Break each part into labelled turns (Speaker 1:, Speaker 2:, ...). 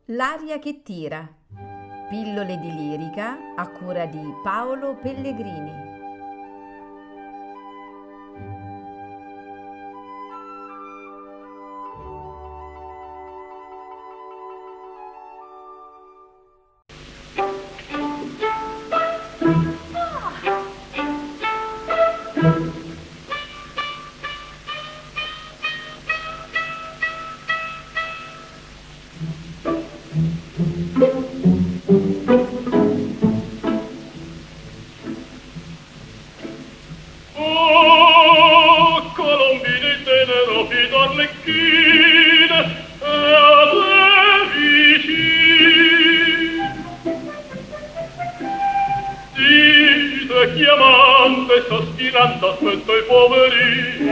Speaker 1: L'aria che tira. Pillole di lirica a cura di Paolo Pellegrini.
Speaker 2: Chiamante, sospirando, aspetto i poverini.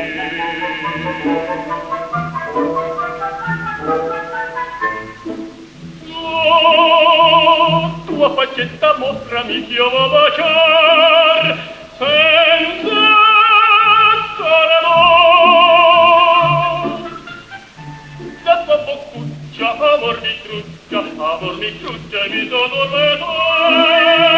Speaker 2: Tua faccetta mostrami che io vo' baciar, senza stare amor. Da tua boccuccia, amor mi truccia, e mi s'addormenta.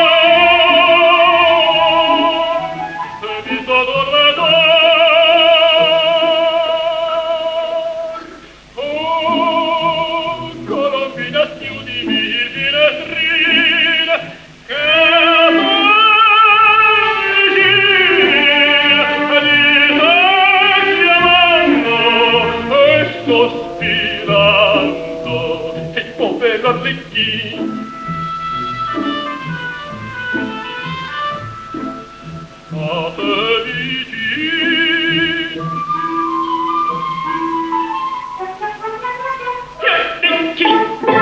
Speaker 2: Sospirando e povero Arlecchino a te vicino. Che Arlecchino!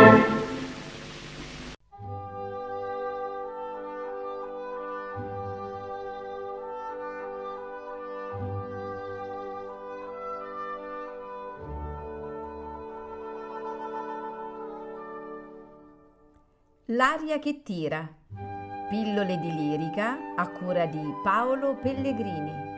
Speaker 1: L'aria che tira. Pillole di lirica a cura di Paolo Pellegrini.